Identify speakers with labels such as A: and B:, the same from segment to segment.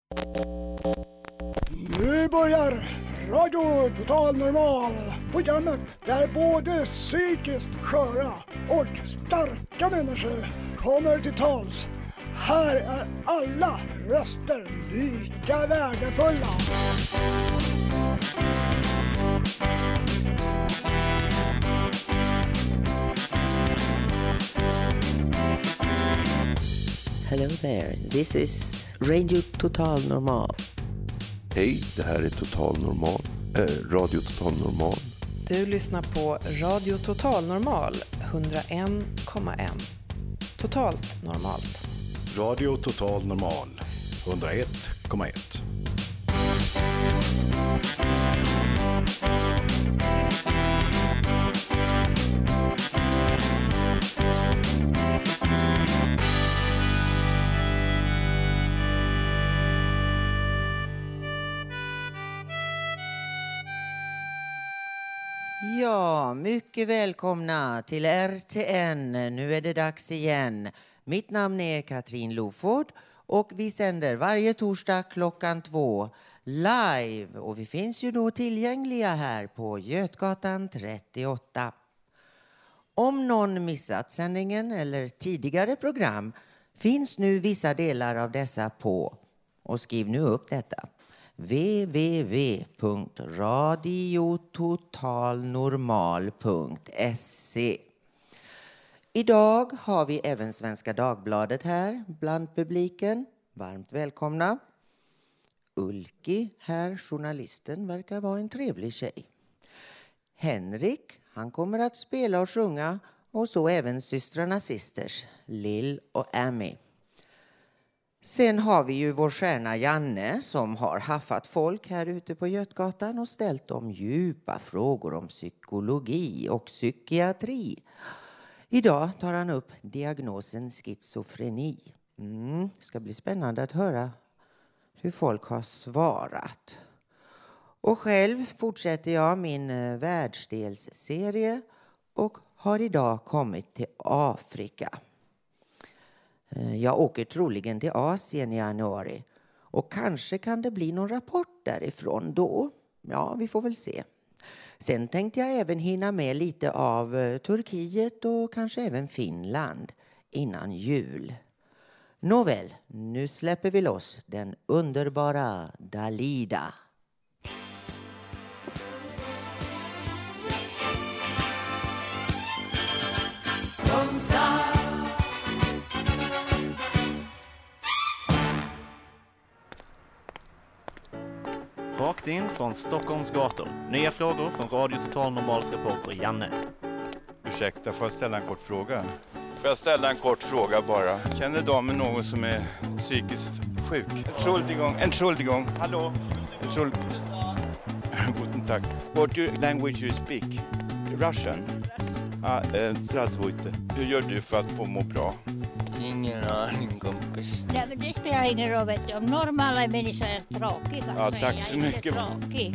A: Nu börjar Radio Total Normal, programmet där både psykiskt sköra och starka människor kommer till tals. Här är alla röster lika värdefulla.
B: Hello there, this is Radio Total Normal.
C: Hej, det här är Radio Total Normal.
D: Du lyssnar på Radio Total Normal 101,1. Totalt normalt.
E: Radio Total Normal 101,1.
B: Ja, mycket välkomna till RTN. Nu är det dags igen. Mitt namn är Katrin Loford och vi sänder varje torsdag klockan 2 live. Och vi finns ju då tillgängliga här på Götgatan 38. Om någon missat sändningen eller tidigare program finns nu vissa delar av dessa på. Och skriv nu upp detta. www.radiototalnormal.se. Idag har vi även Svenska Dagbladet här bland publiken. Varmt välkomna. Ulki här, journalisten, verkar vara en trevlig tjej. Henrik, han kommer att spela och sjunga, och så även systrarna Sisters, Lill och Amy. Sen har vi ju vår stjärna Janne som har haffat folk här ute på Götgatan och ställt dem djupa frågor om psykologi och psykiatri. Idag tar han upp diagnosen schizofreni. Det ska bli spännande att höra hur folk har svarat. Och själv fortsätter jag min världsdelsserie och har idag kommit till Afrika. Jag åker troligen till Asien i januari. Och kanske kan det bli någon rapport därifrån då. Ja, vi får väl se. Sen tänkte jag även hinna med lite av Turkiet och kanske även Finland innan jul. Nåväl, nu släpper vi loss den underbara Dalida.
F: Rakt in från Stockholms gator. Nya frågor från Radio Total Normals reporter Janne.
G: Ursäkta, får jag ställa en kort fråga? Får jag ställa en kort fråga bara? Känner damen någon som är psykiskt sjuk? Entschuldigung. Hallå? Guten Tag. What language you speak? Russian? Здравствуйте. Hur gör du för att få må bra?
H: Ingen aning, kompis.
I: Nej, men det spelar ingen roll, vet du. Om normala människor är tråkiga,
G: ja,
I: så
G: tack
I: är
G: så
I: jag
G: mycket.
I: Inte tråkig.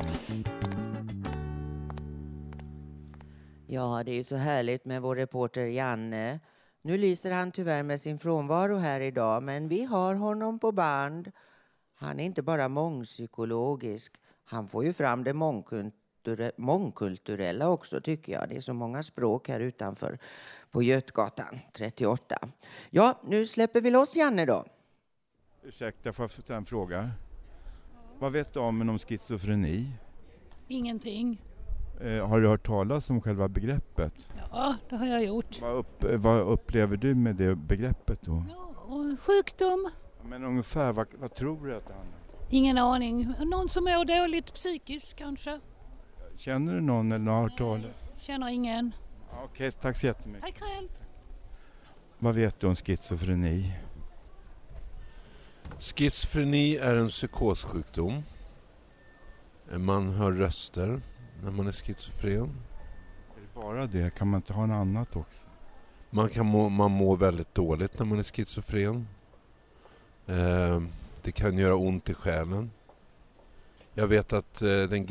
B: Ja, det är ju så härligt med vår reporter Janne. Nu lyser han tyvärr med sin frånvaro här idag, men vi har honom på band. Han är inte bara mångpsykologisk. Han får ju fram det mångkulturella också, tycker jag. Det är så många språk här utanför på Götgatan 38. Ja, nu släpper vi loss Janne då.
G: Ursäkta, får jag ställa en fråga? Vad vet du om schizofreni?
J: Ingenting.
G: Har du hört talas om själva begreppet?
J: Ja, det har jag gjort.
G: Vad upplever du med det begreppet då?
J: Ja, sjukdom.
G: Men ungefär, vad tror du att det handlar om?
J: Ingen aning. Någon som mår dåligt psykiskt kanske.
G: Känner du någon eller har hört talas?
J: Känner ingen.
G: Okej, tack så jättemycket.
J: Tack själv.
G: Vad vet du om schizofreni?
C: Schizofreni är en psykossjukdom. Man hör röster när man är schizofren.
G: Är det bara det? Kan man inte ha något annat också?
C: Man mår väldigt dåligt när man är schizofren. Det kan göra ont i själen. Jag vet att de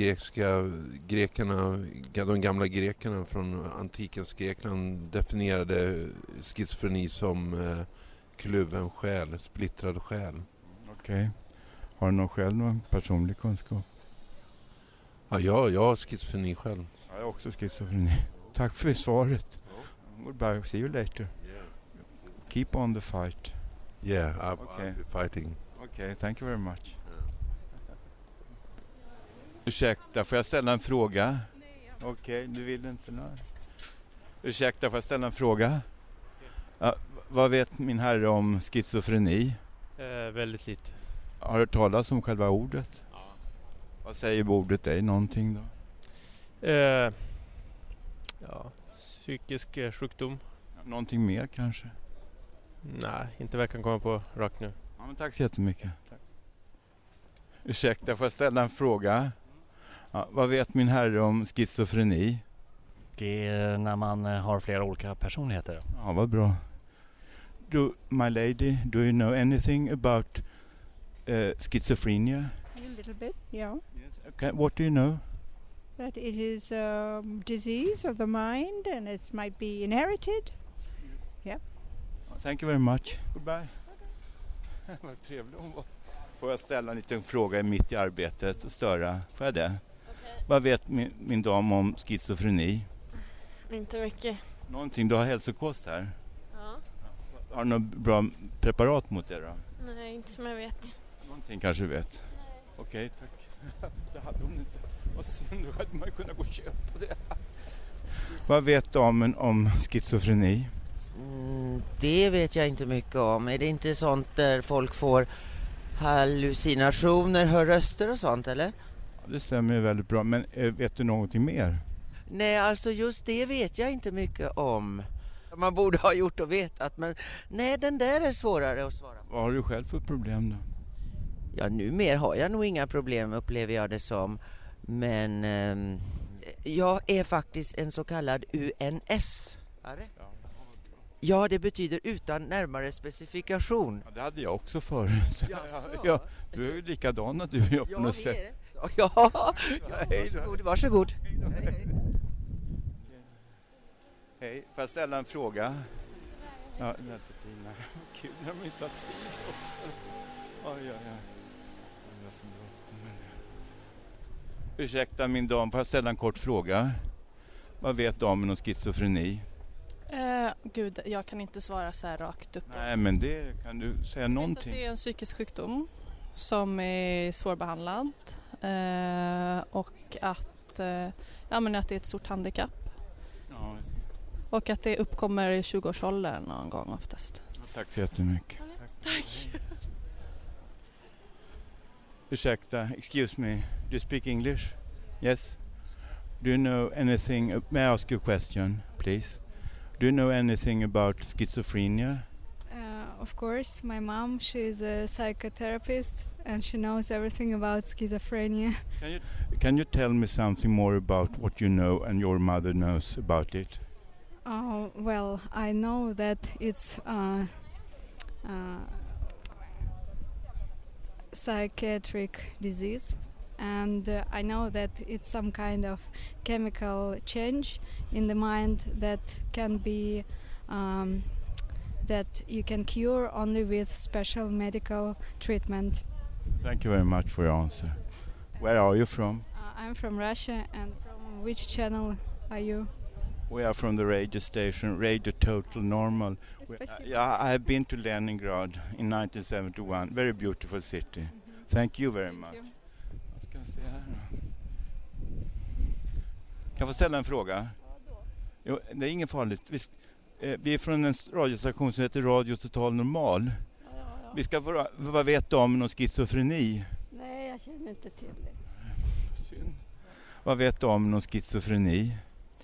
C: gamla grekerna från antikens Grekland definierade schizofreni som kluven själ, splittrad själ.
G: Okej. Har du själv någon personlig kunskap?
C: Ja, jag har schizofreni själv.
G: Ja, jag har också schizofreni. Tack för svaret. Goodbye, see you later. Keep on the fight.
C: Yeah, I'll be fighting.
G: Okay, thank you very much. Ursäkta, får jag ställa en fråga? Okej, du vill inte något. Ursäkta, får jag ställa en fråga? Ja, vad vet min herre om schizofreni?
K: Väldigt lite.
G: Har du hört talas om själva ordet?
K: Ja.
G: Vad säger ordet dig? Någonting då?
K: Psykisk sjukdom.
G: Någonting mer kanske?
K: Nej, inte verkar komma på rakt nu.
G: Ja, men tack så jättemycket. Tack. Ursäkta, får jag ställa en fråga? Ja, vad vet min herre om schizofreni?
L: Det är när man har flera olika personligheter.
G: Ja, vad bra. My lady, do you know anything about schizophrenia?
M: A little bit, yeah.
G: Yes. Okay. What do you know?
M: That it is a disease of the mind and it might be inherited.
G: Yes.
M: Yeah.
G: Thank you very much. Goodbye. Vad trevlig hon var. Får jag ställa en liten fråga mitt i arbetet och störa? Får jag det? Okay. Vad vet min dam om schizofreni?
N: Inte mycket.
G: Någonting, du har hälsokost här?
N: Ja.
G: Har du något bra preparat mot det då?
N: Nej, inte som jag vet.
G: Någonting kanske du vet? Okej, tack. Det hade hon inte. Vad synd, då hade man ju kunnat gå och köpa det. Vad vet damen om schizofreni?
B: Det vet jag inte mycket om. Är det inte sånt där folk får hallucinationer, hör röster och sånt, eller?
G: Ja, det stämmer väldigt bra. Men vet du någonting mer?
B: Nej, alltså just det vet jag inte mycket om. Man borde ha gjort och vetat, men nej, den där är svårare att svara på.
G: Vad har du själv för problem då?
B: Ja, numera har jag nog inga problem, upplever jag det som. Men jag är faktiskt en så kallad UNS. Ja, det betyder utan närmare specifikation.
G: Ja, det hade jag också förut. Ja, du är ju likadana du är på något sätt.
B: Ja, varsågod.
G: Hej, får jag ställa en fråga? Ja, vänta Tina. Kul när de inte har tid också. Oj. Ursäkta min dam, får jag ställa en kort fråga? Vad vet damen om schizofreni?
O: Gud, jag kan inte svara så här rakt upp.
G: Nej, men det kan du säga någonting.
O: Det är en psykisk sjukdom som är svårbehandlad och att det är ett stort handikapp.
G: Ja,
O: och att det uppkommer i 20-årsåldern någon gång oftast.
G: Ja, tack så jättemycket.
O: Tack.
G: Ursäkta, excuse me. Do you speak English? Yes? Do you know anything, may I ask you a question, please? Do you know anything about schizophrenia?
P: Of course, my mom, she's a psychotherapist and she knows everything about schizophrenia.
G: Can you tell me something more about what you know and your mother knows about it?
P: Well, I know that it's psychiatric disease, and I know that it's some kind of chemical change in the mind that can be that you can cure only with special medical treatment.
G: Thank you very much for your answer. Where are you from?
P: I'm from Russia, and from which channel are you?
G: We are from the radio station, Radio Total Normal. I have been to Leningrad in 1971. Very beautiful city. Mm-hmm. Thank you very much. Vad ska jag säga här då? Kan jag få ställa en fråga? Jo, det är inget farligt. Vi är från en radiostation som heter Radio Total Normal. Ja. Vi ska vad vet du om någon schizofreni?
Q: Nej, jag känner inte till det.
G: Synd. Vad vet du om någon schizofreni?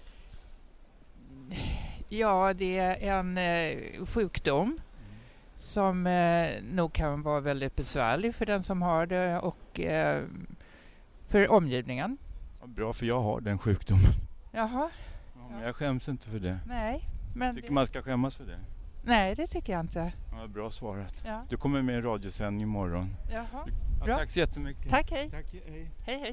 R: Ja, det är en sjukdom som nog kan vara väldigt besvärlig för den som har det och för omgivningen.
G: Ja, bra, för jag har den sjukdomen.
R: Jaha.
G: Ja, men jag skäms inte för det.
R: Nej. Men
G: tycker man ska skämmas för det?
R: Nej, det tycker jag inte.
G: Ja, bra svarat.
R: Ja.
G: Du kommer med i en radiosändning imorgon.
R: Jaha.
G: Ja, tack så jättemycket.
R: Tack, hej.
G: Tack, hej.
R: Hej.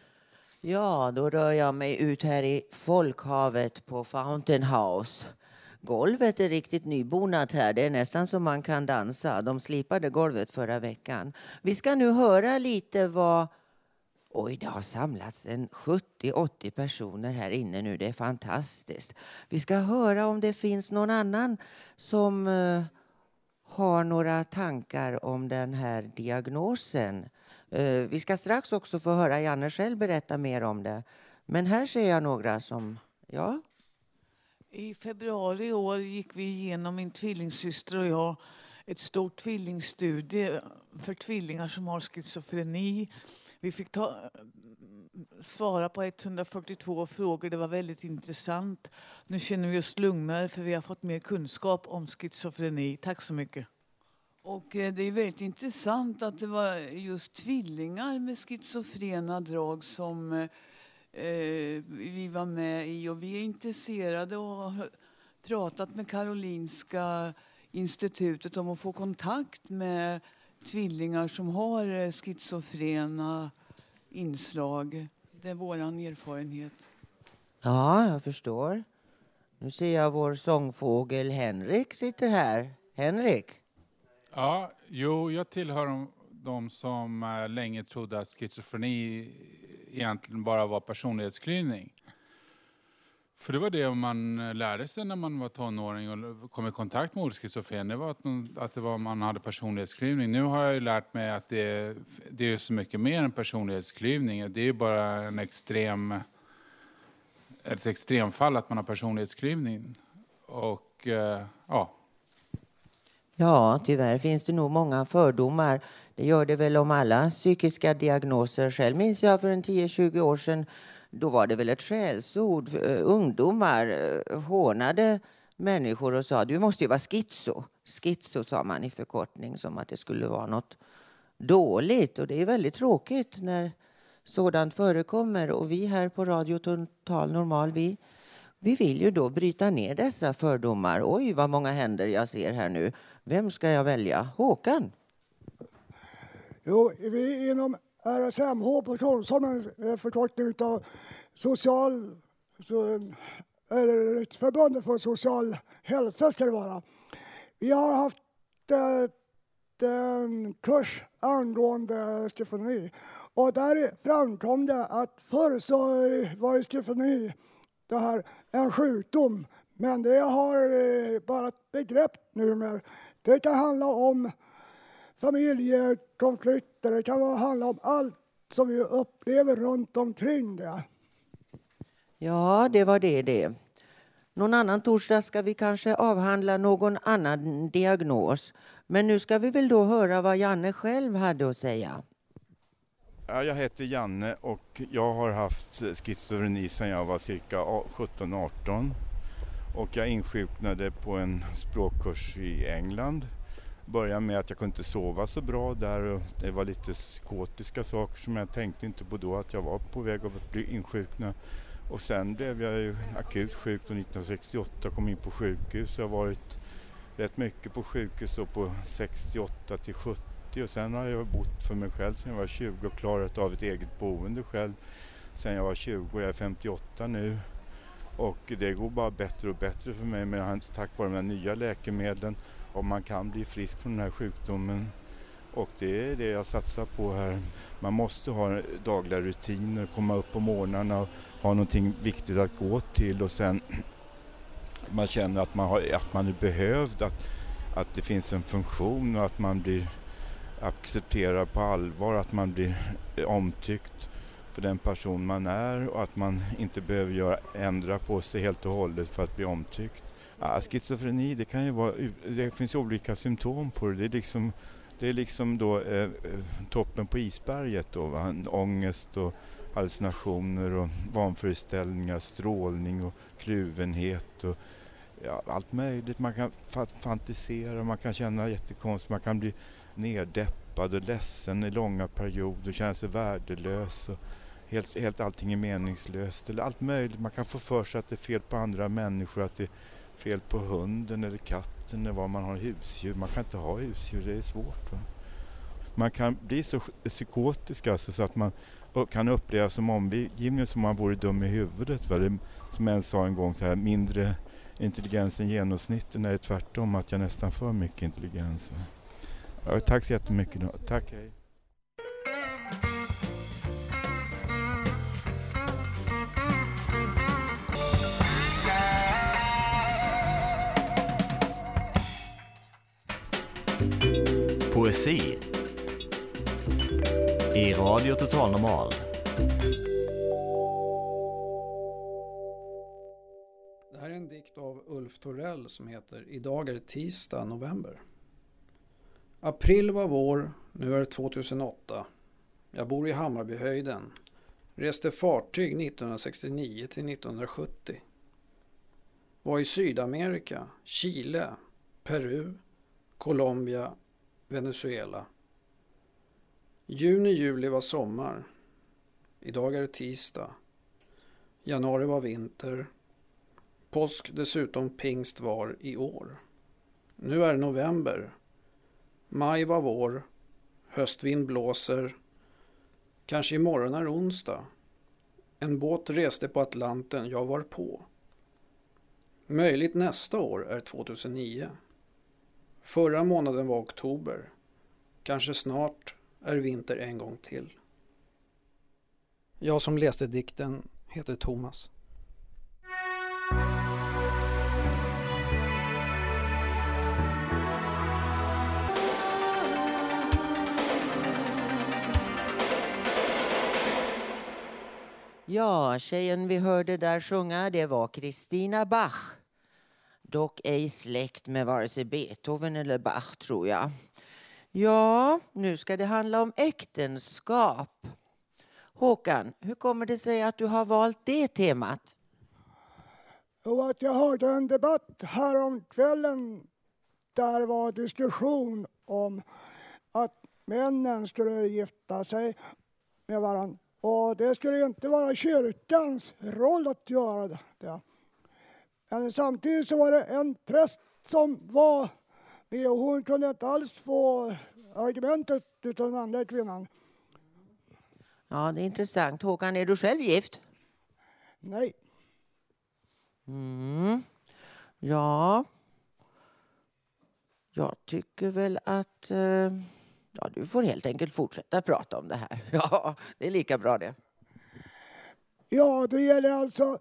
B: Ja, då rör jag mig ut här i folkhavet på Fountain House. Golvet är riktigt nybonat här. Det är nästan som man kan dansa. De slipade golvet förra veckan. Vi ska nu höra lite vad... Oj, det har samlats en 70-80 personer här inne nu. Det är fantastiskt. Vi ska höra om det finns någon annan som har några tankar om den här diagnosen. Vi ska strax också få höra Janne själv berätta mer om det. Men här ser jag några som... Ja.
S: I februari i år gick vi igenom, min tvillingsyster och jag, ett stort tvillingstudie för tvillingar som har schizofreni. Vi fick svara på 142 frågor. Det var väldigt intressant. Nu känner vi oss lugnare för vi har fått mer kunskap om schizofreni. Tack så mycket.
T: Och det är väldigt intressant att det var just tvillingar med schizofrena drag som vi var med i. Och vi är intresserade och har pratat med Karolinska institutet om att få kontakt med tvillingar som har schizofrena inslag. Det är vår erfarenhet.
B: Ja, jag förstår. Nu ser jag vår sångfågel Henrik sitter här. Henrik?
U: Ja, jag tillhör de som länge trodde att schizofreni egentligen bara var personlighetsklyvning. För det var det man lärde sig när man var tonåring och kom i kontakt med schizofren. Det var att det var man hade personlighetsklyvning. Nu har jag ju lärt mig att det är så mycket mer än personlighetsklyvning. Det är ju bara ett extremfall att man har personlighetsklyvning. Och ja.
B: Ja, tyvärr finns det nog många fördomar. Det gör det väl om alla psykiska diagnoser. Själv minns jag för 10-20 år sedan. Då var det väl ett skällsord. Ungdomar hånade människor och sa du måste ju vara schizo. Schizo sa man i förkortning som att det skulle vara något dåligt. Och det är väldigt tråkigt när sådant förekommer. Och vi här på Radio Total Normal, vi vill ju då bryta ner dessa fördomar. Oj, vad många händer jag ser här nu. Vem ska jag välja? Håkan?
A: Jo, vi inom RSMH på Kungsholmen är förkortning av Riksförbundet för social hälsa ska det vara. Vi har haft en kurs angående schizofreni och där framkom det att förr så var schizofreni det här en sjukdom, men det har bara ett begrepp numera. Det kan handla om familjekonflikter, det kan handla om allt som vi upplever runt omkring det.
B: Ja, det var det. Någon annan torsdag ska vi kanske avhandla någon annan diagnos. Men nu ska vi väl då höra vad Janne själv hade att säga.
G: Ja, jag heter Janne och jag har haft schizofreni sedan jag var cirka 17-18. Och jag insjuknade på en språkkurs i England. Började med att jag kunde inte sova så bra där och det var lite psykotiska saker som jag tänkte inte på då att jag var på väg att bli insjuknad. Och sen blev jag ju akut sjuk 1968 och kom in på sjukhus. Jag har varit rätt mycket på sjukhus då på 68 till 70 och sen har jag bott för mig själv sedan jag var 20 och klarat av ett eget boende själv sen jag var 20 och jag är 58 nu. Och det går bara bättre och bättre för mig men tack vare de här nya läkemedlen och man kan bli frisk från den här sjukdomen. Och det är det jag satsar på här. Man måste ha dagliga rutiner, komma upp på morgnarna och ha någonting viktigt att gå till och sen man känner att man är behövd, att det finns en funktion och att man blir accepterad på allvar, att man blir omtyckt för den person man är och att man inte behöver ändra på sig helt och hållet för att bli omtyckt. Ja, schizofreni, det kan ju vara, det finns olika symptom på det. Det är liksom då toppen på isberget då, va? Ångest och hallucinationer och vanföreställningar, strålning och kluvenhet och ja, allt möjligt. Man kan fantisera, man kan känna jättekonstigt, man kan bli neddeppad och ledsen i långa perioder, känna sig värdelös och helt allting är meningslöst eller allt möjligt. Man kan få för sig att det är fel på andra människor, att det är fel på hunden eller katten eller vad man har husdjur. Man kan inte ha husdjur, det är svårt. Va? Man kan bli så psykotisk alltså, så att man kan uppleva som omgivningen som man vore dum i huvudet. Va? Det, som en sa en gång så här, mindre intelligensen genomsnitten är tvärtom, att jag nästan får mycket intelligens. Ja, tack så jättemycket då. Tack, hej.
F: Poesi i Radio Total Normal.
D: Det här är en dikt av Ulf Torell som heter Idag är tisdag november. April var vår, nu är det 2008. Jag bor i Hammarbyhöjden. Reste fartyg 1969 till 1970. Var i Sydamerika, Chile, Peru, Colombia, Venezuela. Juni-juli var sommar. Idag är det tisdag. Januari var vinter. Påsk dessutom pingst var i år. Nu är det november. Maj var vår. Höstvind blåser. Kanske imorgon är onsdag. En båt reste på Atlanten, jag var på. Möjligt nästa år är 2009. Förra månaden var oktober. Kanske snart är vinter en gång till. Jag som läste dikten heter Thomas.
B: Ja, tjejen vi hörde där sjunga, det var Christina Bach. Dock ej släkt med vare sig Beethoven eller Bach, tror jag. Ja, nu ska det handla om äktenskap. Håkan, hur kommer det sig att du har valt det temat?
A: Och att jag hörde en debatt här om kvällen där var diskussion om att männen skulle gifta sig med varandra. Och det skulle inte vara kyrkans roll att göra det. Men samtidigt så var det en präst som var med och hon kunde inte alls få argumentet utan den andra kvinnan.
B: Ja, det är intressant. Håkan, är du själv gift?
A: Nej.
B: Ja. Jag tycker väl att ja, du får helt enkelt fortsätta prata om det här. Ja, det är lika bra det.
A: Ja, det gäller alltså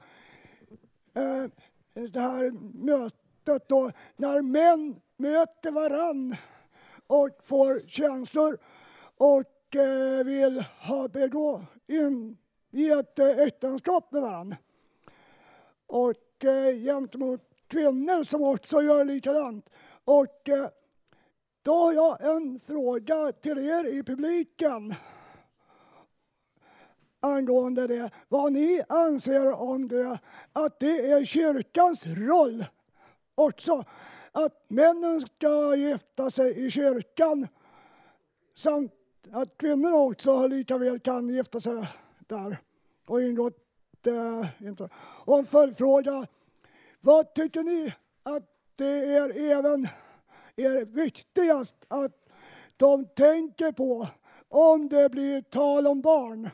A: det här mötet då när män möter varann och får känslor och vill begå in i ett äktenskap med varann. Och gentemot kvinnor som också gör likadant. Och då har jag en fråga till er i publiken angående det. Vad ni anser om det, att det är kyrkans roll också. Att männen ska gifta sig i kyrkan samt att kvinnor också lika väl kan gifta sig där. Och ingått inte. Och en följdfråga. Vad tycker ni att det är viktigast att de tänker på om det blir tal om barn?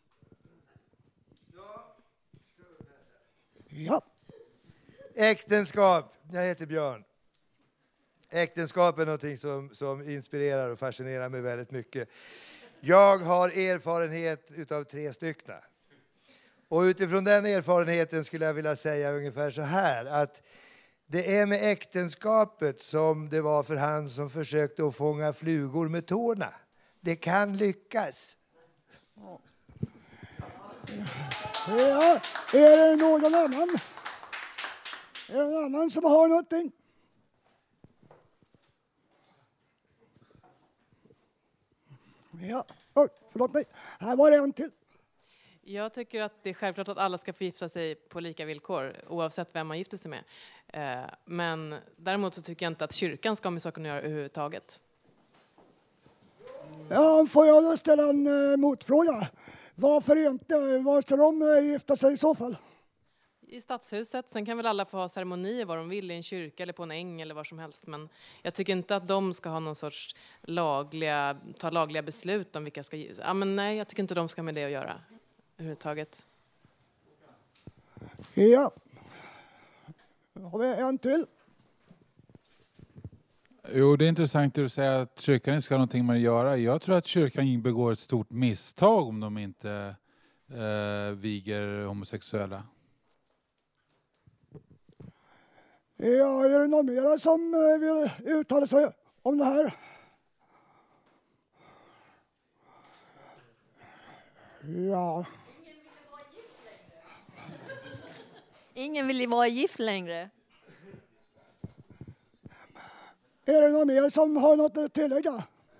A: Ja.
V: Äktenskap. Jag heter Björn. Äktenskap är någonting som inspirerar och fascinerar mig väldigt mycket. Jag har erfarenhet utav 3 stycken. Och utifrån den erfarenheten skulle jag vilja säga ungefär så här. Att det är med äktenskapet som det var för han som försökte att fånga flugor med tårna. Det kan lyckas.
A: Ja, är det någon annan? Är det någon annan som har någonting? Ja, förlåt mig. Här var det en till.
W: Jag tycker att det är självklart att alla ska få gifta sig på lika villkor oavsett vem man gifter sig med. Men däremot så tycker jag inte att kyrkan ska ha med saken att göra överhuvudtaget.
A: Ja, får jag då ställa en motfråga? Varför inte? Var ska de gifta sig i så fall?
W: I stadshuset. Sen kan väl alla få ha ceremonier var de vill, i en kyrka eller på en äng eller var som helst. Men jag tycker inte att de ska ha någon sorts ta lagliga beslut om vilka ska... Ja, men nej, jag tycker inte de ska med det att göra överhuvudtaget.
A: Ja. Har vi en till?
U: Jo, det är intressant att du säger att kyrkan inte ska ha någonting med det att göra. Jag tror att kyrkan begår ett stort misstag om de inte viger homosexuella.
A: Ja, är det någon mera som vill uttala sig om det här? Ja.
Q: Ingen vill vara gift längre.
A: Är det någon mer som har något att tillägga?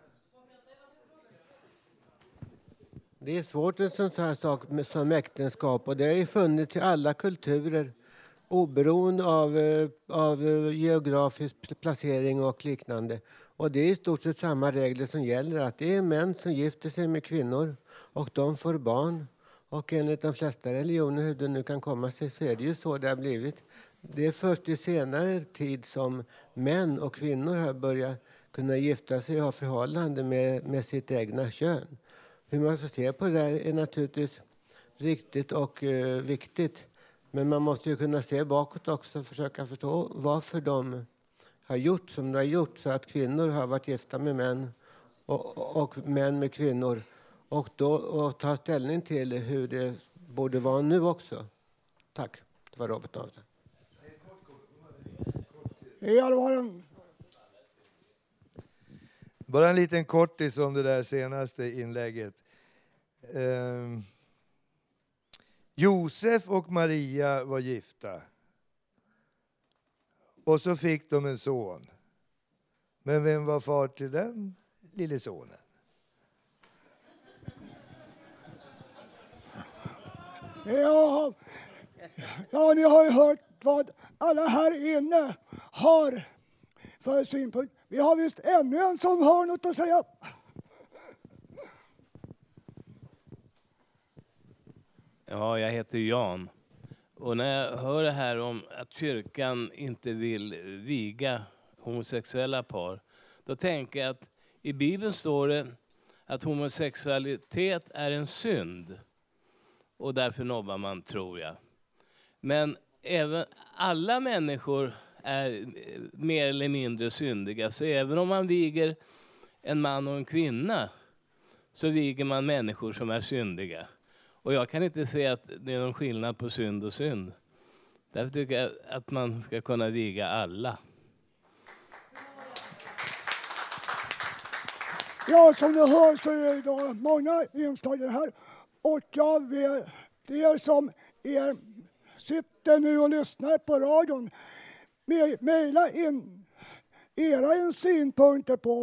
E: Det är svårt en sån här sak som äktenskap och det har ju funnits i alla kulturer oberoende av geografisk placering och liknande. Och det är i stort sett samma regler som gäller, att det är män som gifter sig med kvinnor och de får barn. Och enligt de flesta religioner, hur det nu kan komma sig, så är det ju så det har blivit. Det är först i senare tid som män och kvinnor har börjat kunna gifta sig och ha förhållande med sitt egna kön. Hur man ska se på det där är naturligtvis riktigt och viktigt. Men man måste ju kunna se bakåt också och försöka förstå varför de har gjort som de har gjort. Så att kvinnor har varit gifta med män och män med kvinnor. Och ta ställning till hur det borde vara nu också. Tack. Det var Robert Navsen.
A: Ja, det var en...
V: Bara en liten kortis om det där senaste inlägget. Josef och Maria var gifta. Och så fick de en son. Men vem var far till den lille sonen?
A: Ja, ni har ju hört vad alla här inne har för synpunkt. Vi har visst ännu en som har något att säga.
H: Ja, jag heter Jan. Och när jag hör det här om att kyrkan inte vill viga homosexuella par, då tänker jag att i Bibeln står det att homosexualitet är en synd. Och därför nobbar man, tror jag. Men även alla människor är mer eller mindre syndiga. Så även om man viger en man och en kvinna så viger man människor som är syndiga. Och jag kan inte se att det är någon skillnad på synd och synd. Därför tycker jag att man ska kunna viga alla.
A: Ja, som du hör så är det många inslag i det här. Och jag vill, er som sitter nu och lyssnar på radion, mejla in era synpunkter på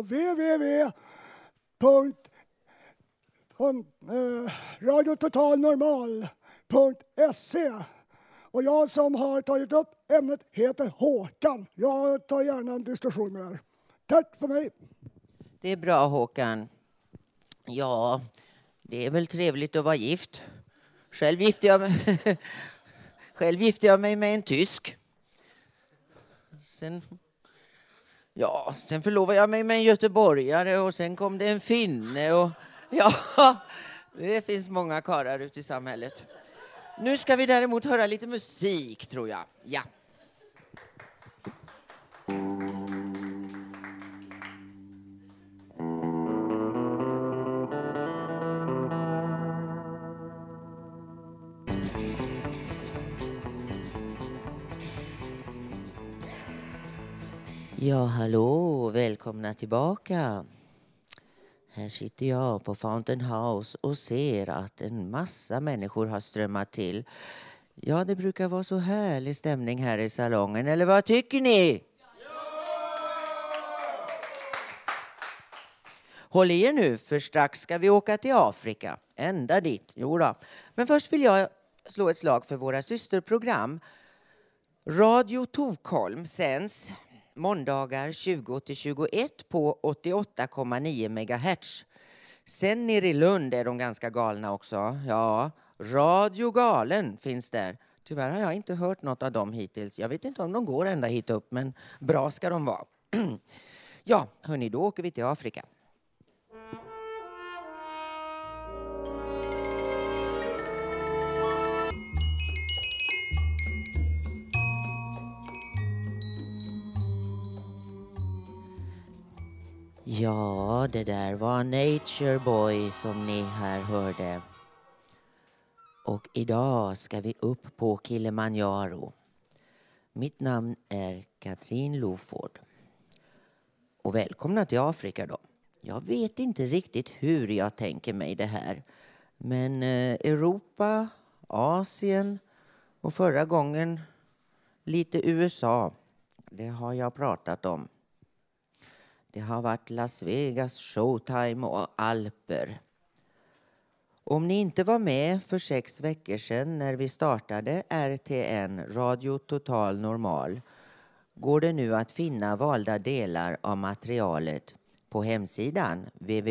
A: www.radiototalnormal.se. Och jag som har tagit upp ämnet heter Håkan. Jag tar gärna en diskussion med er. Tack för mig.
B: Det är bra, Håkan. Ja, det är väl trevligt att vara gift. Själv gifte jag mig med en tysk. Sen förlovade jag mig med en göteborgare och sen kom det en finne. Och, ja, det finns många karlar ute i samhället. Nu ska vi däremot höra lite musik, tror jag. Ja. Ja, hallå, välkomna tillbaka. Här sitter jag på Fountain House och ser att en massa människor har strömmat till. Ja, det brukar vara så härlig stämning här i salongen, eller vad tycker ni? Håll i er nu, för strax ska vi åka till Afrika. Ända dit, jodå. Men först vill jag slå ett slag för våra systerprogram. Radio Tokholm sänds måndagar 20-21 på 88,9 MHz. Sen nere i Lund är de ganska galna också. Ja, Radio Galen finns där. Tyvärr har jag inte hört något av dem hittills. Jag vet inte om de går ända hit upp, men bra ska de vara. Ja, hörni, då åker vi till Afrika. Ja, det där var Nature Boy som ni här hörde. Och idag ska vi upp på Kilimanjaro. Mitt namn är Katrin Loford. Och välkomna till Afrika då. Jag vet inte riktigt hur jag tänker mig det här. Men Europa, Asien och förra gången lite USA. Det har jag pratat om. Det har varit Las Vegas, Showtime och Alper. Om ni inte var med för 6 veckor sedan när vi startade RTN, Radio Total Normal, går det nu att finna valda delar av materialet på hemsidan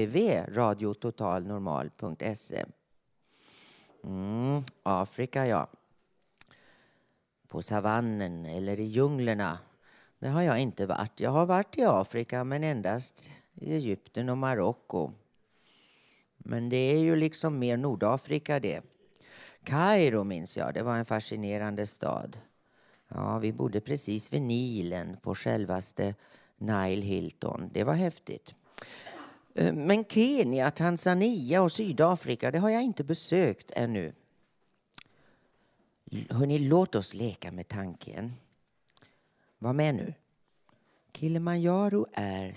B: www.radiototalnormal.se. Afrika, ja. På savannen eller i djunglerna. Det har jag inte varit. Jag har varit i Afrika men endast i Egypten och Marocko. Men det är ju liksom mer Nordafrika det. Kairo minns jag, det var en fascinerande stad. Ja, vi bodde precis vid Nilen på självaste Nile Hilton. Det var häftigt. Men Kenya, Tanzania och Sydafrika, det har jag inte besökt ännu. Hörrni, låt oss leka med tanken. Var med nu. Kilimanjaro är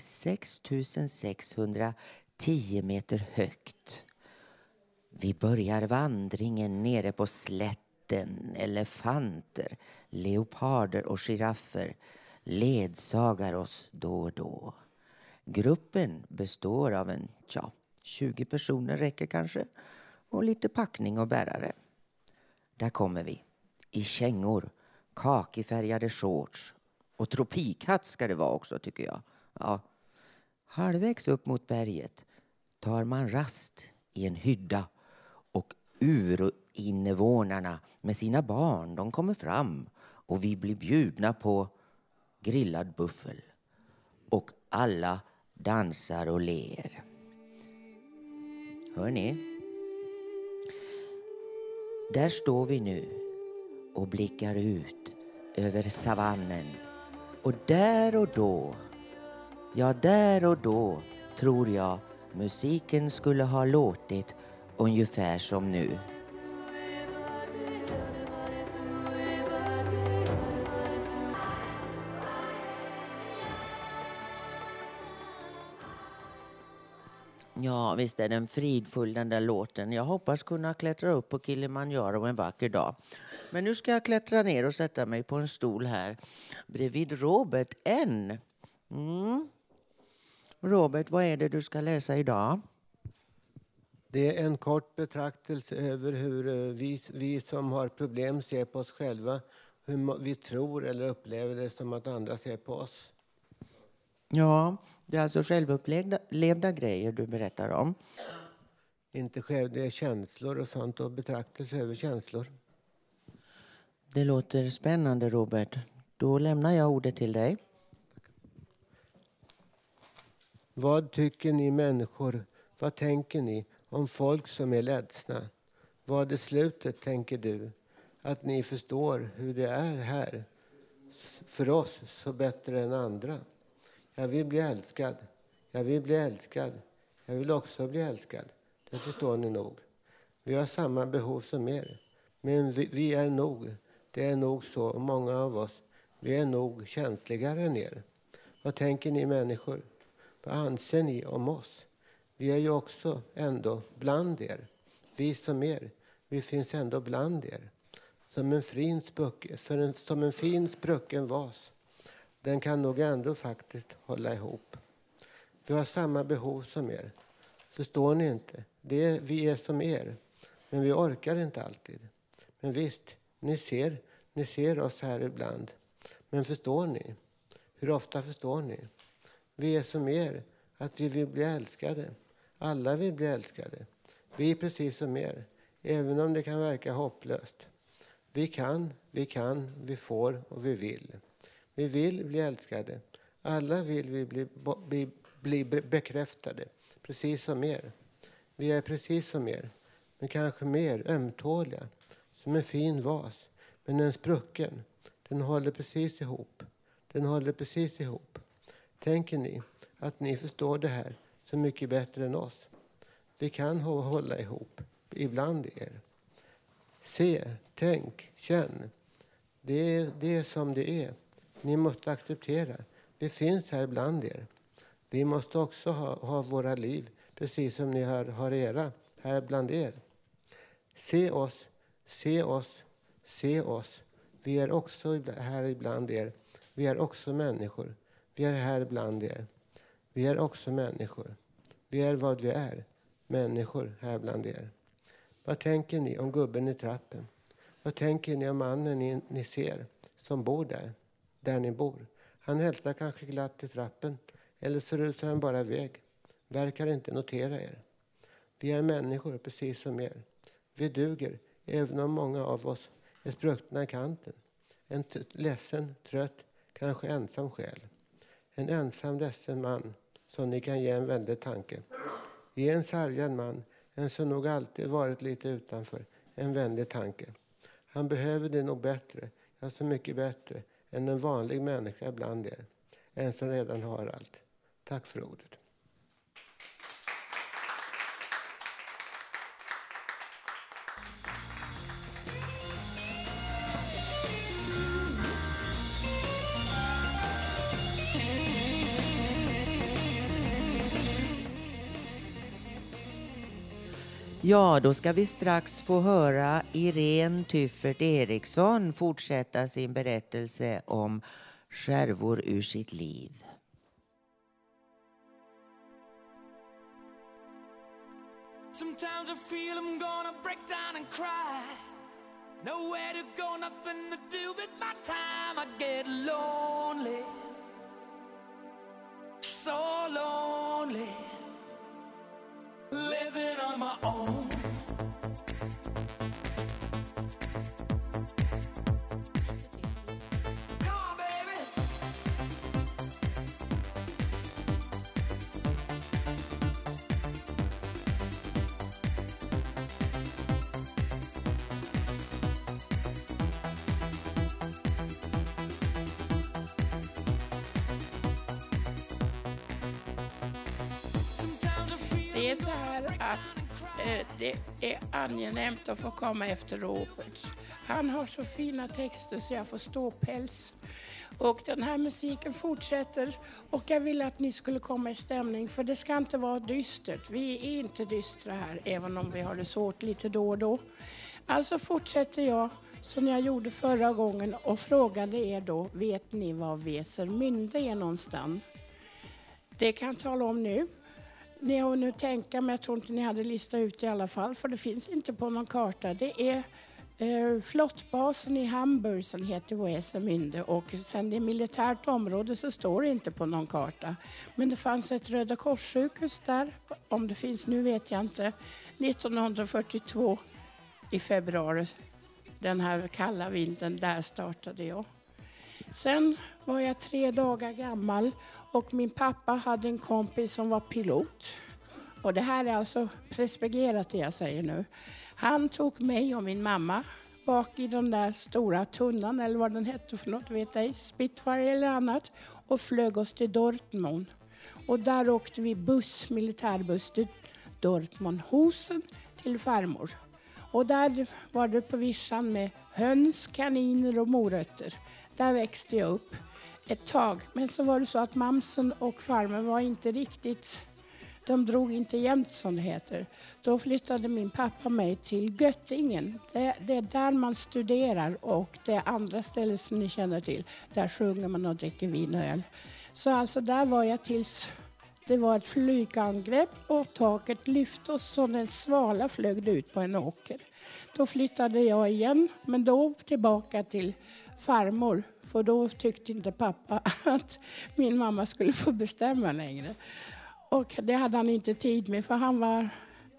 B: 6610 meter högt. Vi börjar vandringen nere på slätten. Elefanter, leoparder och giraffer ledsagar oss då och då. Gruppen består av 20 personer räcker kanske. Och lite packning och bärare. Där kommer vi. I kängor, kakifärgade shorts. Och tropikhatt ska det vara också tycker jag. Ja. Halvvägs upp mot berget tar man rast i en hydda. Och urinvånarna med sina barn, de kommer fram. Och vi blir bjudna på grillad buffel. Och alla dansar och ler. Hör ni? Där står vi nu och blickar ut över savannen. Och där och då tror jag musiken skulle ha låtit ungefär som nu. Ja, visst är den fridfull den där låten. Jag hoppas kunna klättra upp på Kilimanjaro en vacker dag. Men nu ska jag klättra ner och sätta mig på en stol här bredvid Robert N. Robert, vad är det du ska läsa idag?
E: Det är en kort betraktelse över hur vi som har problem ser på oss själva. Hur vi tror eller upplever det som att andra ser på oss.
B: Ja, det är alltså självupplevda grejer du berättar om.
E: Inte själv, det är känslor och sånt och betraktelse över känslor.
B: Det låter spännande, Robert. Då lämnar jag ordet till dig.
E: Vad tycker ni människor? Vad tänker ni om folk som är ledsna? Vad är slutet, tänker du? Att ni förstår hur det är här. För oss så bättre än andra. Jag vill bli älskad. Jag vill bli älskad. Jag vill också bli älskad. Det förstår ni nog. Vi har samma behov som er. Men vi är nog. Det är nog så. Många av oss. Vi är nog känsligare än er. Vad tänker ni människor? Vad anser ni om oss? Vi är ju också ändå bland er. Vi som er. Vi finns ändå bland er. Som en fin sprucken vas. Den kan nog ändå faktiskt hålla ihop. Vi har samma behov som er. Förstår ni inte? Vi är som er. Men vi orkar inte alltid. Men visst, ni ser oss här ibland. Men förstår ni? Hur ofta förstår ni? Vi är som er. Att vi vill bli älskade. Alla vill bli älskade. Vi är precis som er. Även om det kan verka hopplöst. Vi kan, vi får och vi vill. Vi vill bli älskade. Alla vill vi bli bekräftade. Precis som er. Vi är precis som er. Men kanske mer ömtåliga. Som en fin vas. Men en sprucken. Den håller precis ihop. Tänker ni att ni förstår det här så mycket bättre än oss? Vi kan hålla ihop ibland er. Se, tänk, känn. Det är som det är. Ni måste acceptera. Vi finns här bland er. Vi måste också ha våra liv, precis som ni har era här bland er. Se oss, se oss, se oss. Vi är också här ibland er. Vi är också människor. Vi är här bland er. Vi är också människor. Vi är vad vi är. Människor här bland er. Vad tänker ni om gubben i trappen? Vad tänker ni om mannen ni ser som bor där ni bor? Han hälsar kanske glatt i trappen, eller så rusar han bara iväg. Verkar inte notera er. Vi är människor precis som er. Vi duger, även om många av oss är spruckna i kanten. En ledsen, trött, kanske ensam själ. En ensam, ledsen man som ni kan ge en vänlig tanke. Ge en sargad man, en som nog alltid varit lite utanför, en vänlig tanke. Han behöver det nog bättre, ja så mycket bättre, än en vanlig människa bland er. En som redan har allt. Tack för ordet.
B: Ja, då ska vi strax få höra Irene Tyffert Eriksson fortsätta sin berättelse om skärvor ur sitt liv.
C: Sometimes I feel I'm gonna break down and cry. Nowhere to go, nothing to do with my time. I get lonely, so lonely, living on my own.
I: Det är så här att det är angenämt att få komma efter Robert. Han har så fina texter så jag får ståpäls. Och den här musiken fortsätter och jag vill att ni skulle komma i stämning för det ska inte vara dystert. Vi är inte dystra här även om vi har det svårt lite då och då. Alltså fortsätter jag som jag gjorde förra gången och frågade er då, vet ni var Wesermünde är någonstans? Det kan jag tala om nu. Ni har nu tänka, men jag tror inte ni hade listat ut i alla fall, för det finns inte på någon karta. Det är flottbasen i Hamburg som heter Wesermünde och sen det är militärt område så står det inte på någon karta. Men det fanns ett Röda Korssjukhus där, om det finns nu vet jag inte, 1942 i februari. Den här kalla vintern, där startade jag. Sen var jag 3 dagar gammal och min pappa hade en kompis som var pilot. Och det här är alltså prespeglerat det jag säger nu. Han tog mig och min mamma bak i den där stora tunnan eller vad den hette för något, vet jag, Spitfire eller annat och flög oss till Dortmund. Och där åkte vi militärbuss till Dortmundhusen till farmor. Och där var det på vischan med höns, kaniner och morötter. Där växte jag upp ett tag. Men så var det så att mamsen och farmen var inte riktigt, de drog inte jämnt som det heter. Då flyttade min pappa mig till Göttingen. Det är där man studerar och det är andra ställen som ni känner till. Där sjunger man och dricker vin och öl. Så alltså där var jag tills det var ett flygangrepp och taket lyfte och så en svala flög ut på en åker. Då flyttade jag igen, men då tillbaka till farmor. För då tyckte inte pappa att min mamma skulle få bestämma längre. Och det hade han inte tid med för han var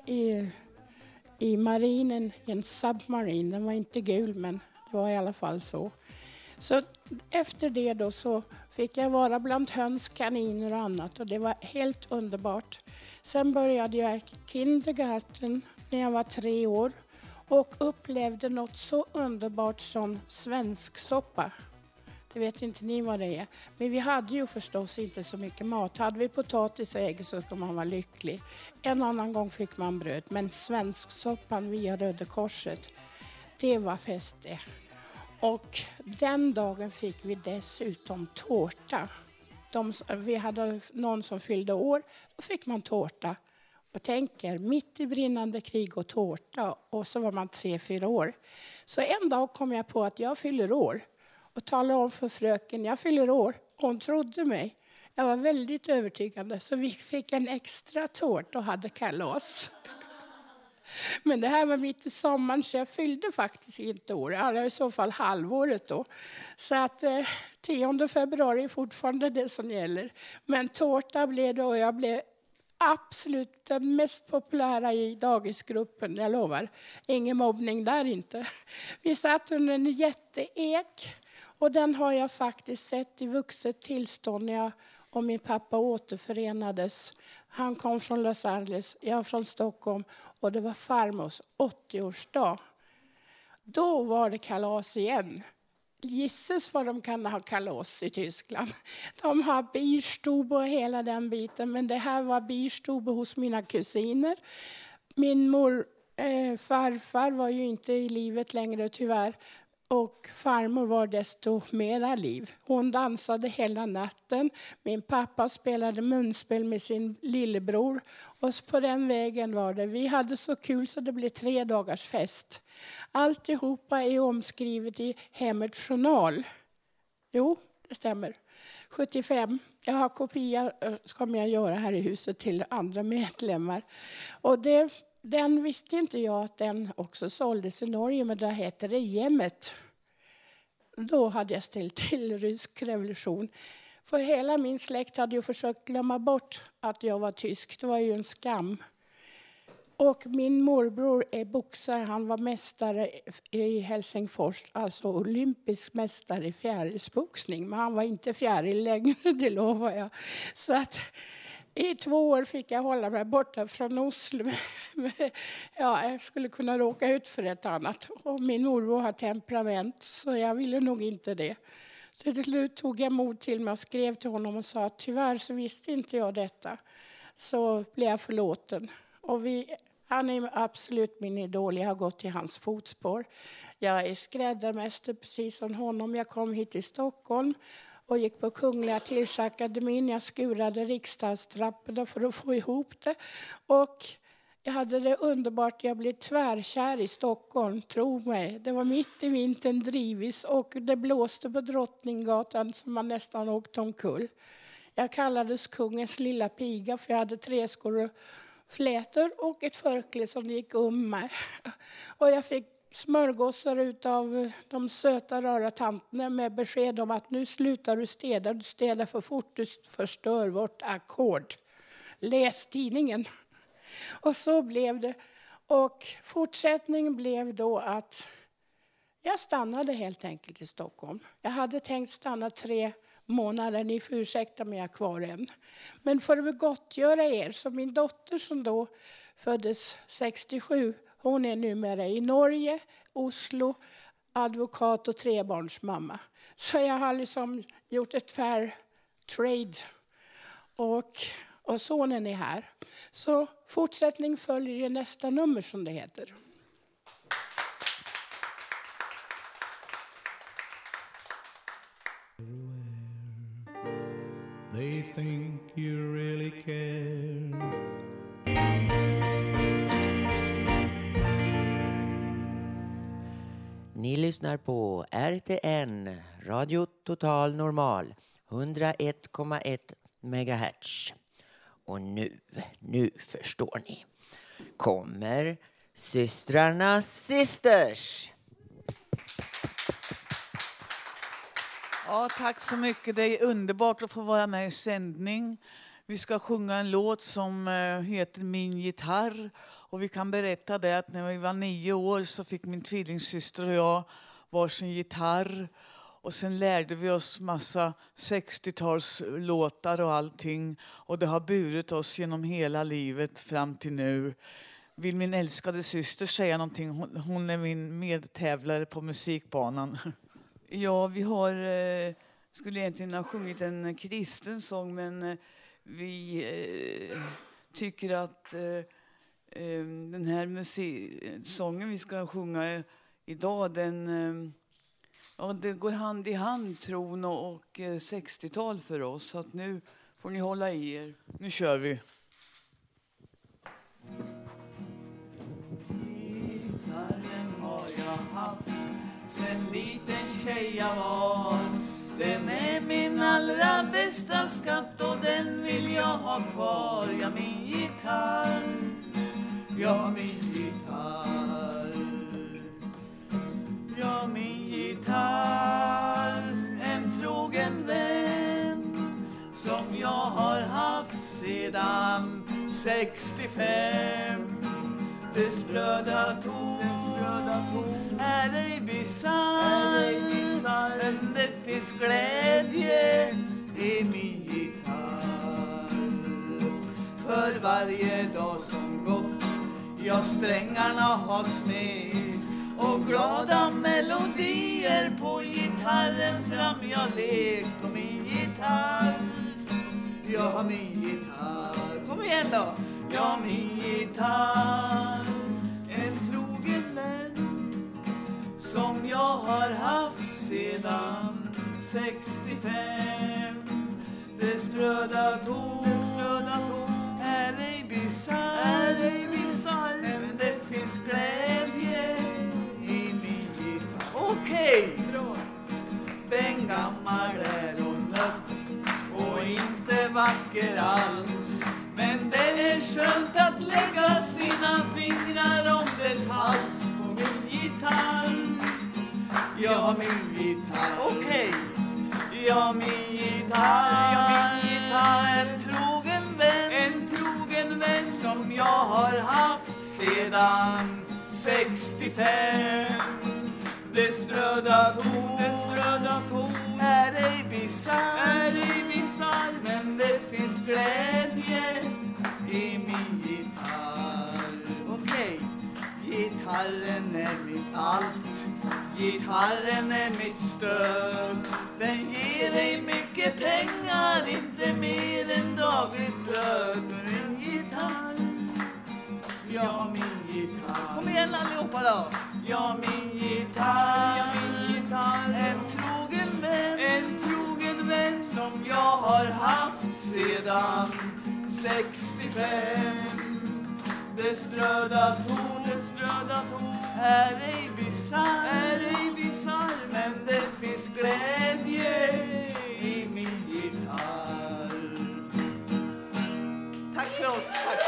I: i marinen, en submarine. Den var inte gul men det var i alla fall så. Så efter det då så fick jag vara bland höns, kaniner och annat och det var helt underbart. Sen började jag i kindergarten när jag var 3 år och upplevde något så underbart som svensksoppa. Det vet inte ni vad det är. Men vi hade ju förstås inte så mycket mat. Hade vi potatis och ägg så skulle man vara lycklig. En annan gång fick man bröd. Men svensksoppan via Röda Korset, det var fest det. Och den dagen fick vi dessutom tårta. Vi hade någon som fyllde år, då fick man tårta. Och tänker, mitt i brinnande krig och tårta, och så var man 3-4 år. Så en dag kom jag på att jag fyller år. Och talade om för fröken, jag fyller år. Hon trodde mig. Jag var väldigt övertygande, så vi fick en extra tårta och hade kalas. Men det här var mitt i sommaren, så jag fyllde faktiskt inte år. Jag hade i så fall halvåret då. Så att 10 februari är fortfarande det som gäller. Men tårta blev det, och jag blev absolut den mest populära i dagisgruppen, jag lovar. Ingen mobbning där inte. Vi satt under en jätteek, och den har jag faktiskt sett i vuxet tillstånd när jag och min pappa återförenades. Han kom från Los Angeles, jag från Stockholm, och det var farmors 80-årsdag. Då var det kalas igen. Gisses vad de kan ha kalas i Tyskland. De har bierstube och hela den biten, men det här var bierstube hos mina kusiner. Min farfar var ju inte i livet längre tyvärr. Och farmor var desto mera liv. Hon dansade hela natten. Min pappa spelade munspel med sin lillebror. Och på den vägen var det. Vi hade så kul så det blev 3 dagars fest. Alltihopa är omskrivet i hemmets journal. Jo, det stämmer. 75. Jag har kopia, kommer jag göra här i huset till andra medlemmar. Och den visste inte jag att den också såldes i Norge, men där heter det Hjemmet. Då hade jag ställt till rysk revolution. För hela min släkt hade ju försökt glömma bort att jag var tysk. Det var ju en skam. Och min morbror är boxare. Han var mästare i Helsingfors, alltså olympisk mästare i fjärilsboxning. Men han var inte fjäril längre, det lovar jag. Så att i 2 år fick jag hålla mig borta från Oslo. Ja, jag skulle kunna råka ut för ett annat. Och min morbror har temperament, så jag ville nog inte det. Så till slut tog jag mod till mig och skrev till honom och sa att tyvärr så visste inte jag detta. Så blev jag förlåten. Och han är absolut min idol. Jag har gått i hans fotspår. Jag är skräddarmästare precis som honom. Jag kom hit till Stockholm och gick på Kungliga Tilsakademin. Jag skurade riksdagstrapporna för att få ihop det. Och jag hade det underbart. Jag blev tvärkär i Stockholm, tro mig. Det var mitt i vintern drivis och det blåste på Drottninggatan som man nästan åkte omkull. Jag kallades kungens lilla piga för jag hade träskor och flätor och ett förkläde som gick med. Och jag fick smörgåsar utav de söta rara tanterna med besked om att nu slutar du städa för fort, du förstör vårt ackord. Läs tidningen. Och så blev det. Och fortsättningen blev då att jag stannade helt enkelt i Stockholm. Jag hade tänkt stanna 3 månader, ni får ursäkta mig, jag är kvar än. Men för att gottgöra er, så min dotter som då föddes 67, hon är numera i Norge, Oslo, advokat och 3-barnsmamma. Så jag har liksom gjort ett fair trade. Och sonen är här. Så fortsättning följer i nästa nummer som det heter.
J: They think you really care.
B: Ni lyssnar på RTN, Radio Total Normal, 101,1 megahertz. Och nu förstår ni, kommer systrarna Sisters.
S: Ja, tack så mycket. Det är underbart att få vara med i sändning. Vi ska sjunga en låt som heter Min gitarr. Och vi kan berätta det att när vi var 9 år så fick min tvillingsyster och jag varsin gitarr. Och sen lärde vi oss massa 60-talslåtar och allting. Och det har burit oss genom hela livet fram till nu. Vill min älskade syster säga någonting? Hon är min medtävlare på musikbanan.
T: Ja, vi har skulle egentligen ha sjungit en kristen sång, men vi tycker att den här sången vi ska sjunga idag, det går hand i hand, tron och 60-tal för oss. Så att nu får ni hålla i er. Nu kör vi. Gitarren har jag haft sen liten tjej jag var. Den är min allra bästa skatt och den vill jag ha kvar. Ja, min gitarr, ja, min gitarr, ja, min gitarr. En trogen vän som jag har haft sedan 65. Dess bröda ton är ej bisarr, men det finns glädje i min gitarr. För varje dag som gått, ja, strängarna har smed och glada melodier på gitarren fram jag lekt. Och min gitarr, ja, min gitarr, kom igen då. Ja, min gitarr, en trogen vän som jag har haft sedan 65. Dess bröda ton är ej bisarr, men det finns glädje i min gitarr. Okej, den gammal är och nött och inte vacker alls, men det är skönt att lägga sina fingrar om dess hals. På min gitarr, ja, min gitarr, okej. Ja, min gitarr, en trogen vän som jag har haft sedan 65. Dess bröda ton är ej bisarr, men det finns glädje i min gitarr. Okej, gitarren är mitt allt, gitarren är mitt stöd. Den ger dig mycket pengar, inte mer än dagligt bröd. Min gitarr, ja, min gitarr, kom igen allihopa då. Ja, min gitarr, en trogen vän som jag har haft sedan 65. Dess bröda ton är ej bisarr, men det finns glädje i min gitarr. Tack för oss, tack.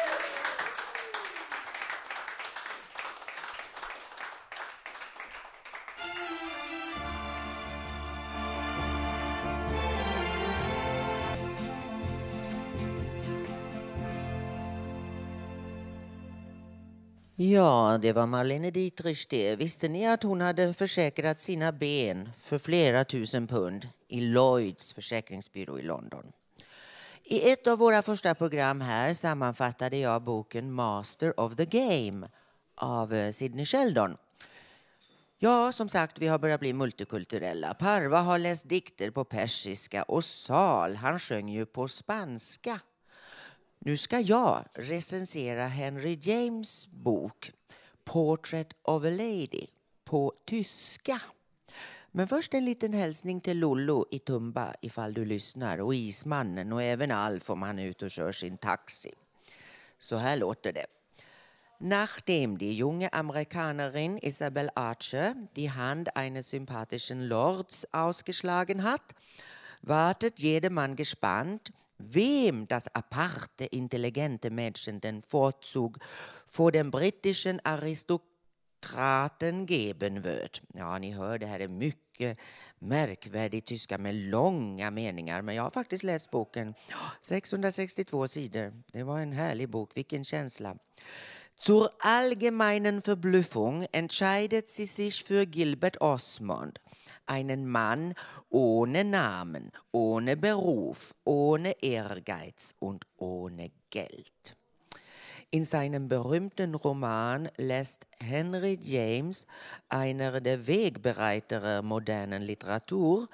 B: Ja, det var Marlene Dietrich det. Visste ni att hon hade försäkrat sina ben för flera tusen pund i Lloyds försäkringsbyrå i London? I ett av våra första program här sammanfattade jag boken Master of the Game av Sidney Sheldon. Ja, som sagt, vi har börjat bli multikulturella. Parva har läst dikter på persiska och Sal, han sjöng ju på spanska. Nu ska jag recensera Henry James bok Portrait of a Lady på tyska. Men först en liten hälsning till Lollo i Tumba ifall du lyssnar, och Ismannen och även Alf om han är ute och kör sin taxi. Så här låter det. Nachdem die junge Amerikanerin Isabel Archer die Hand eines sympathischen Lords ausgeschlagen hat, wartet jedermann gespannt, wem das aparte, intelligente Mädchen den Vorzug vor den britischen Aristokraten geben wird. Ja, ni hör, det här är mycket märkvärdig tyska med långa meningar. Men jag har faktiskt läst boken. 662 sidor. Det var en härlig bok. Vilken känsla. Zur allgemeinen Verblüffung entscheidet sie sich für Gilbert Osmond. Einen Mann ohne Namen, ohne Beruf, ohne Ehrgeiz und ohne Geld. In seinem berühmten Roman lässt Henry James, einer der Wegbereiter modernen Literatur,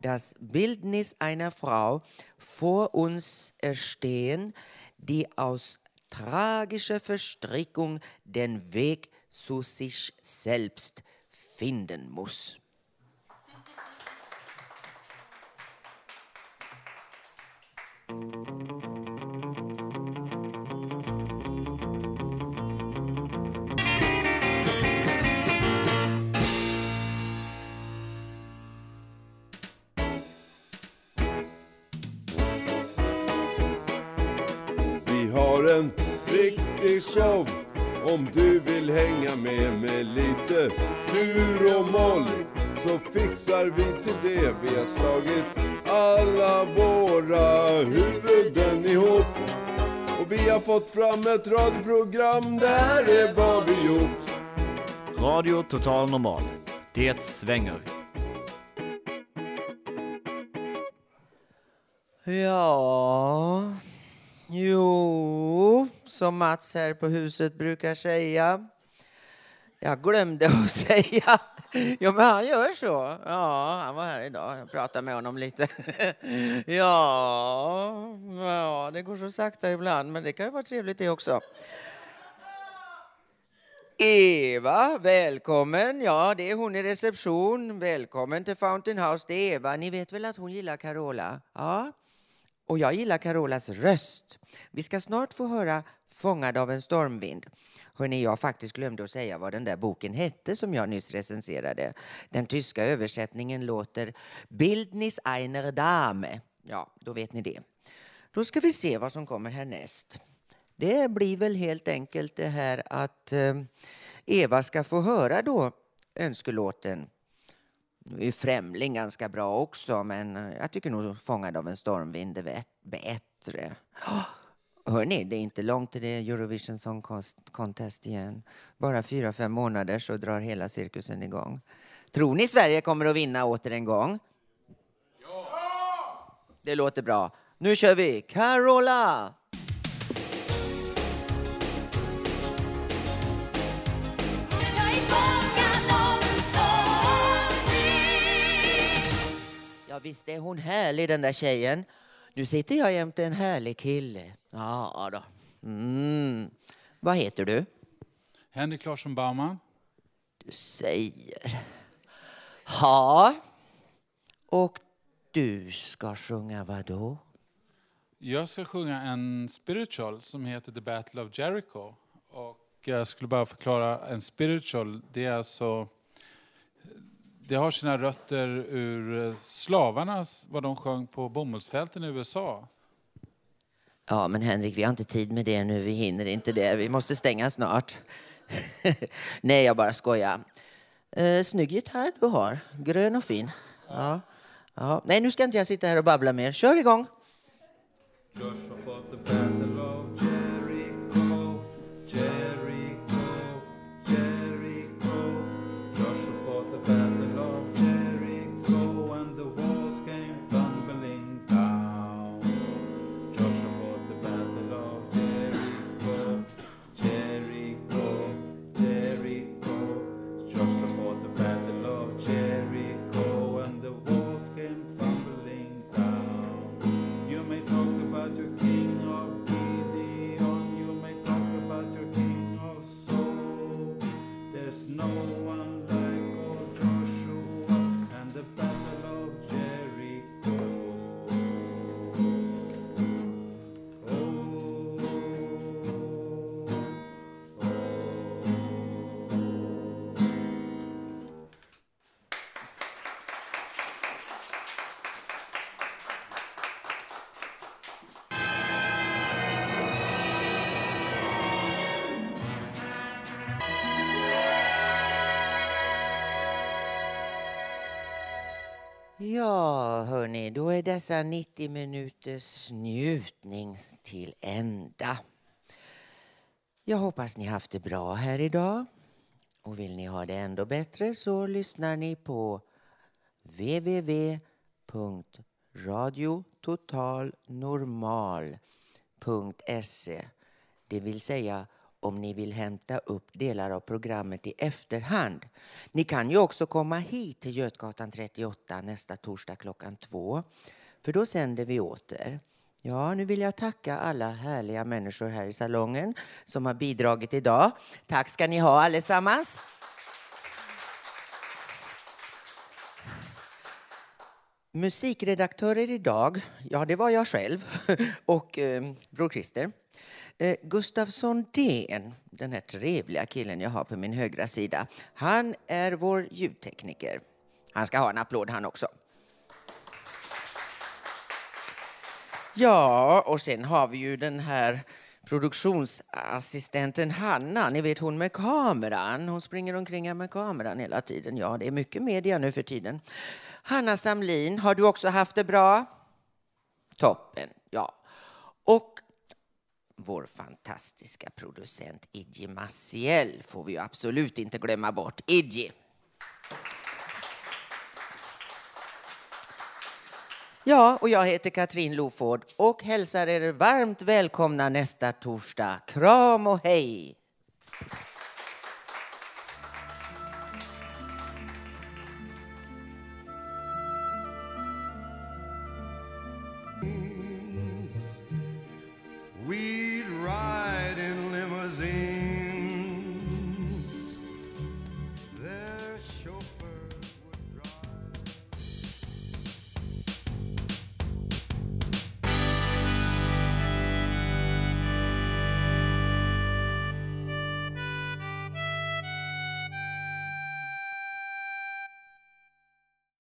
B: Das Bildnis einer Frau vor uns erstehen, die aus tragischer Verstrickung den Weg zu sich selbst finden muss.
K: Vi har en riktig show om du vill hänga med lite dur och moll, så fixar vi till det. Vi har slagit alla våra huvuden ihop och vi har fått fram ett radioprogram. Det här är vad vi gjort.
F: Radio Total Normal. Det svänger.
B: Ja, jo, som Mats här på huset brukar säga. Jag glömde att säga. Jo, men han gör så. Ja, han var här idag. Jag pratade med honom lite. Ja, det går så sakta ibland, men det kan ju vara trevligt det också. Eva, välkommen. Ja, det är hon i reception. Välkommen till Fountain House. Det är Eva. Ni vet väl att hon gillar Carola? Ja. Och jag gillar Carolas röst. Vi ska snart få höra Fångad av en stormvind. Hörrni, jag faktiskt glömde att säga vad den där boken hette som jag nyss recenserade. Den tyska översättningen låter Bildnis einer Dame. Ja, då vet ni det. Då ska vi se vad som kommer härnäst. Det blir väl helt enkelt det här att Eva ska få höra då önskelåten. Nu är Främling ganska bra också, men jag tycker nog Fångad av en stormvind är bättre. Hörrni, det är inte långt till det Eurovision Song Contest igen. Bara 4-5 månader så drar hela cirkusen igång. Tror ni Sverige kommer att vinna åter en gång? Ja! Det låter bra. Nu kör vi Carola! Ja, visst är hon härlig den där tjejen. Nu sitter jag jämte en härlig kille. Ja då. Vad heter du?
U: Henrik Larsson Baumann.
B: Du säger. Ja. Och du ska sjunga vad då?
U: Jag ska sjunga en spiritual som heter The Battle of Jericho. Och jag skulle bara förklara, en spiritual, det är alltså... Det har sina rötter ur slavarnas, vad de sjöng på bomullsfälten i USA.
B: Ja, men Henrik, vi har inte tid med det nu. Vi hinner inte det. Vi måste stänga snart. Nej, jag bara skojar. Snygg gitarr du har. Grön och fin. Ja. Ja. Nej, nu ska inte jag sitta här och babbla mer. Kör igång. Ja, hörni, då är dessa 90 minuters njutning till ända. Jag hoppas ni haft det bra här idag. Och vill ni ha det ändå bättre så lyssnar ni på www.radiototalnormal.se. Det vill säga om ni vill hämta upp delar av programmet i efterhand. Ni kan ju också komma hit till Götgatan 38 nästa torsdag klockan 2. För då sänder vi åter. Ja, nu vill jag tacka alla härliga människor här i salongen som har bidragit idag. Tack ska ni ha allesammans. Musikredaktörer idag, ja det var jag själv och Bror Christer. Gustav Sondén, den här trevliga killen jag har på min högra sida, han är vår ljudtekniker. Han ska ha en applåd han också. Ja, och sen har vi ju den här produktionsassistenten Hanna. Ni vet hon med kameran. Hon springer omkring med kameran hela tiden. Ja, det är mycket media nu för tiden. Hanna Samlin, har du också haft det bra? Toppen, ja. Och vår fantastiska producent Idje Maciel får vi ju absolut inte glömma bort. Idje. Ja, och jag heter Katrin Loford och hälsar er varmt välkomna nästa torsdag. Kram och hej!